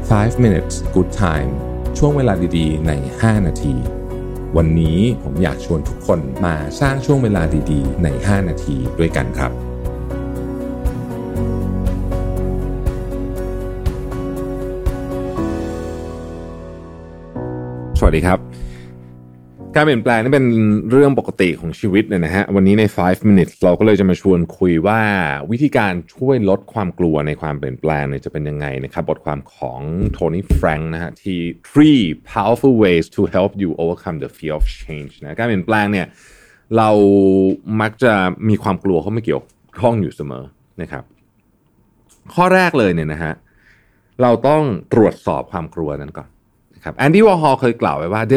5 minutes good time ช่วงเวลาดีๆใน5นาทีวันนี้ผมอยากชวนทุกคนมาสร้างช่วงเวลาดีๆใน5นาทีด้วยกันครับสวัสดีครับการเปลี่ยนแปลงนี่เป็นเรื่องปกติของชีวิตเนี่ยนะฮะวันนี้ใน5 minutes เราก็เลยจะมาชวนคุยว่าวิธีการช่วยลดความกลัวในความเปลี่ยนแปลงเนี่ยจะเป็นยังไงนะครับบทความของโทนี่แฟรงค์นะฮะที่ 3 powerful ways to help you overcome the fear of change นะการเปลี่ยนแปลงเนี่ยเรามักจะมีความกลัวเข้ามาเกี่ยวข้องอยู่เสมอนะครับข้อแรกเลยเนี่ยนะฮะเราต้องตรวจสอบความกลัวนั้นก่อนนะครับแอนดี้วอร์ฮอลเคยกล่าวไว้ว่า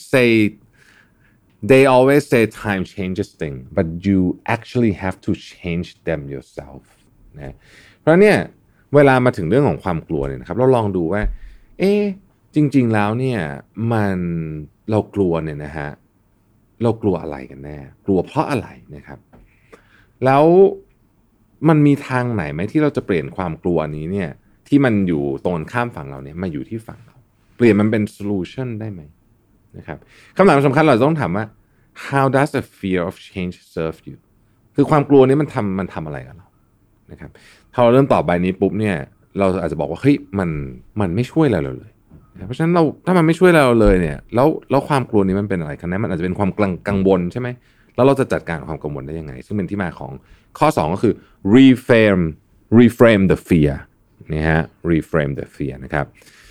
They always say time changes things but you actually have to change them yourself นะเพราะเนี่ยเวลามาถึงเรื่องของความกลัวเนี่ยนะครับเราลองดูว่าจริงๆแล้วเนี่ยเรากลัวเนี่ยนะฮะเรากลัวอะไรกันแน่กลัวเพราะอะไรนะครับแล้วมันมีทางไหนไหมที่เราจะเปลี่ยนความกลัวนี้เนี่ยที่มันอยู่ตรงข้ามฝั่งเราเนี่ยมาอยู่ที่ฝั่งเราเปลี่ยนมันเป็น solution ได้ไหมนะครับคำถามสำคัญเราต้องถามว่า how does the fear of change serve you คือความกลัวนี้มันทำอะไรกับเรานะครับพอเราเริ่มตอบใบนี้ปุ๊บเนี่ยเราอาจจะบอกว่าเฮ้ยมันไม่ช่วยอะไรเราเลยเพราะฉะนั้นถ้ามันไม่ช่วยเราเลยเนี่ยแล้วความกลัวนี้มันเป็นอะไรกันแน่มันอาจจะเป็นความกังวลใช่ไหมแล้วเราจะจัดการความกังวลได้ยังไงซึ่งเป็นที่มาของข้อ2ก็คือ reframe the fear นี่ฮะ reframe the fear นะครับ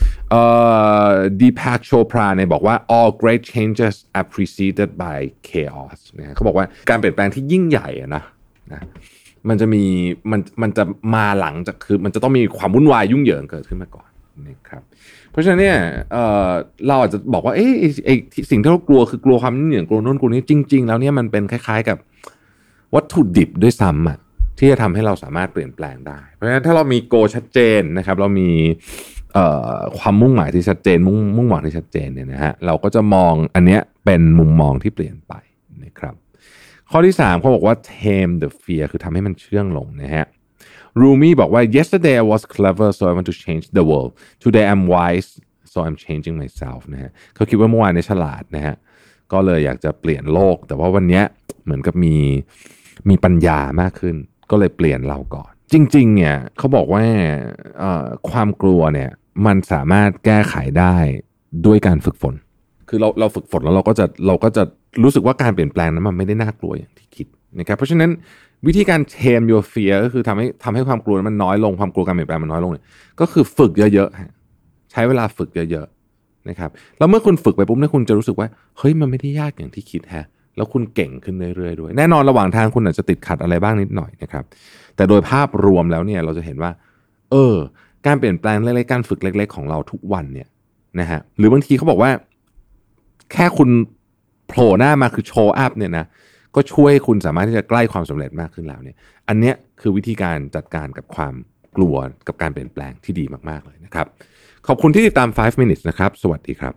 Deepak Chopra เนี่ยบอกว่า all great changes are preceded by chaos นะเขาบอกว่าการเปลี่ยนแปลงที่ยิ่งใหญ่นะมันจะมาหลังจากคือมันจะต้องมีความวุ่นวายยุ่งเหยิงเกิดขึ้นมาก่อนนะครับเพราะฉะนั้นเนี่ยเราอาจจะบอกว่าสิ่งที่เรากลัวคือกลัวความยุ่งเหยิงกลัวโน่นกลัวนี้จริงๆแล้วเนี่ยมันเป็นคล้ายๆกับวัตถุดิบด้วยซ้ำที่จะทำให้เราสามารถเปลี่ยนแปลงได้เพราะฉะนั้นถ้าเรามีโกชัดเจนนะครับเรามีความมุ่งหมายที่ชัดเจนมุ่งหวังที่ชัดเจนเนี่ยนะฮะเราก็จะมองอันเนี้ยเป็นมุมมองที่เปลี่ยนไปนะครับข้อที่3เขาบอกว่า tame the fear คือทำให้มันเชื่องลงนะฮะรูมี่บอกว่า yesterday I was clever so I want to change the world today I'm wise so I'm changing myself นะฮะเขาคิดว่าเมื่อวานนี้ฉลาดนะฮะก็เลยอยากจะเปลี่ยนโลกแต่ว่าวันนี้เหมือนกับมีปัญญามากขึ้นก็เลยเปลี่ยนเราก่อนจริงๆเนี่ยเขาบอกว่าความกลัวเนี่ยมันสามารถแก้ไขได้ด้วยการฝึกฝนคือเราฝึกฝนแล้วเราก็จะรู้สึกว่าการเปลี่ยนแปลงนั้นมันไม่ได้น่ากลัวอย่างที่คิดนะครับเพราะฉะนั้นวิธีการ tame your fear ก็คือทำให้ความกลัวมันน้อยลงความกลัวการเปลี่ยนแปลงมันน้อยลงเนี่ยก็คือฝึกเยอะๆใช้เวลาฝึกเยอะๆนะครับแล้วเมื่อคุณฝึกไปปุ๊บเนี่ยคุณจะรู้สึกว่าเฮ้ยมันไม่ได้ยากอย่างที่คิดแล้วคุณเก่งขึ้นเรื่อยๆด้วยแน่นอนระหว่างทางคุณอาจจะติดขัดอะไรบ้างนิดหน่อยนะครับแต่โดยภาพรวมแล้วเนี่ยเราจะเห็นว่าการเปลี่ยนแปลงเล็กๆการฝึกเล็กๆของเราทุกวันเนี่ยนะฮะหรือบางทีเขาบอกว่าแค่คุณโผล่หน้ามาคือโชว์อัพเนี่ยนะก็ช่วยให้คุณสามารถที่จะใกล้ความสำเร็จมากขึ้นแล้วเนี่ยอันเนี้ยคือวิธีการจัดการกับความกลัวกับการเปลี่ยนแปลงที่ดีมากๆเลยนะครับขอบคุณที่ติดตาม5 minutes นะครับสวัสดีครับ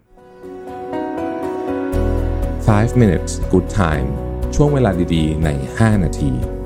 5 minutes good time ช่วงเวลาดีๆใน5นาที